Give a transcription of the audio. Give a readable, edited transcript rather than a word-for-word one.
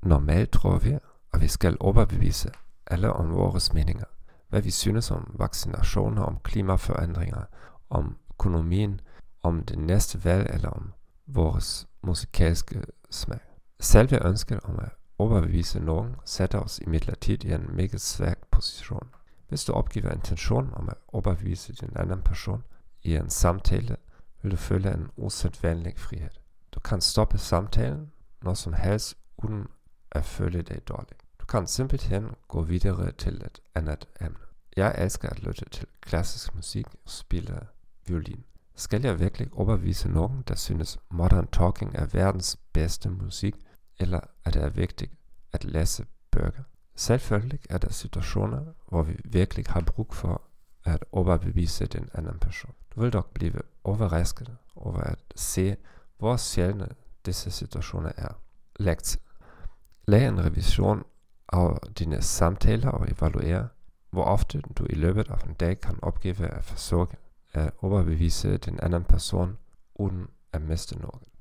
Normalt tror vi, at vi skal overbevise alle om vores meninger. Hvad vi synes om vaccinationer, om klimaforandringer, om økonomien, om det næste valg eller om vores musikalske smag. Selve ønsket om at overbevise nogen sætter os imidlertid i en mega svag position. Hvis du opgiver intentionen om at overbevise din anden person i en samtale, vil du føle en usædvanlig frihed. Du kan stoppe samtalen når som helst uden at føle dig dårlig. Du kan simpelthen gå videre til et andet emne. Jeg elsker at lytte til klassisk musik og spille violin. Skal jeg virkelig overbevise nogen, der synes Modern Talking er verdens bedste musik, eller er det vigtigt at læse bøger? Selvfølgelig er der situationer, hvor vi virkelig har brug for at overbevise den anden person. Du vil dog blive overrasket over at se, hvor sjældne disse situationer er. Lag en revision af dine samtaler og evaluere, hvor ofte du i løbet af en dag kan opgive at forsøge at overbevise den anden person uden at miste noget.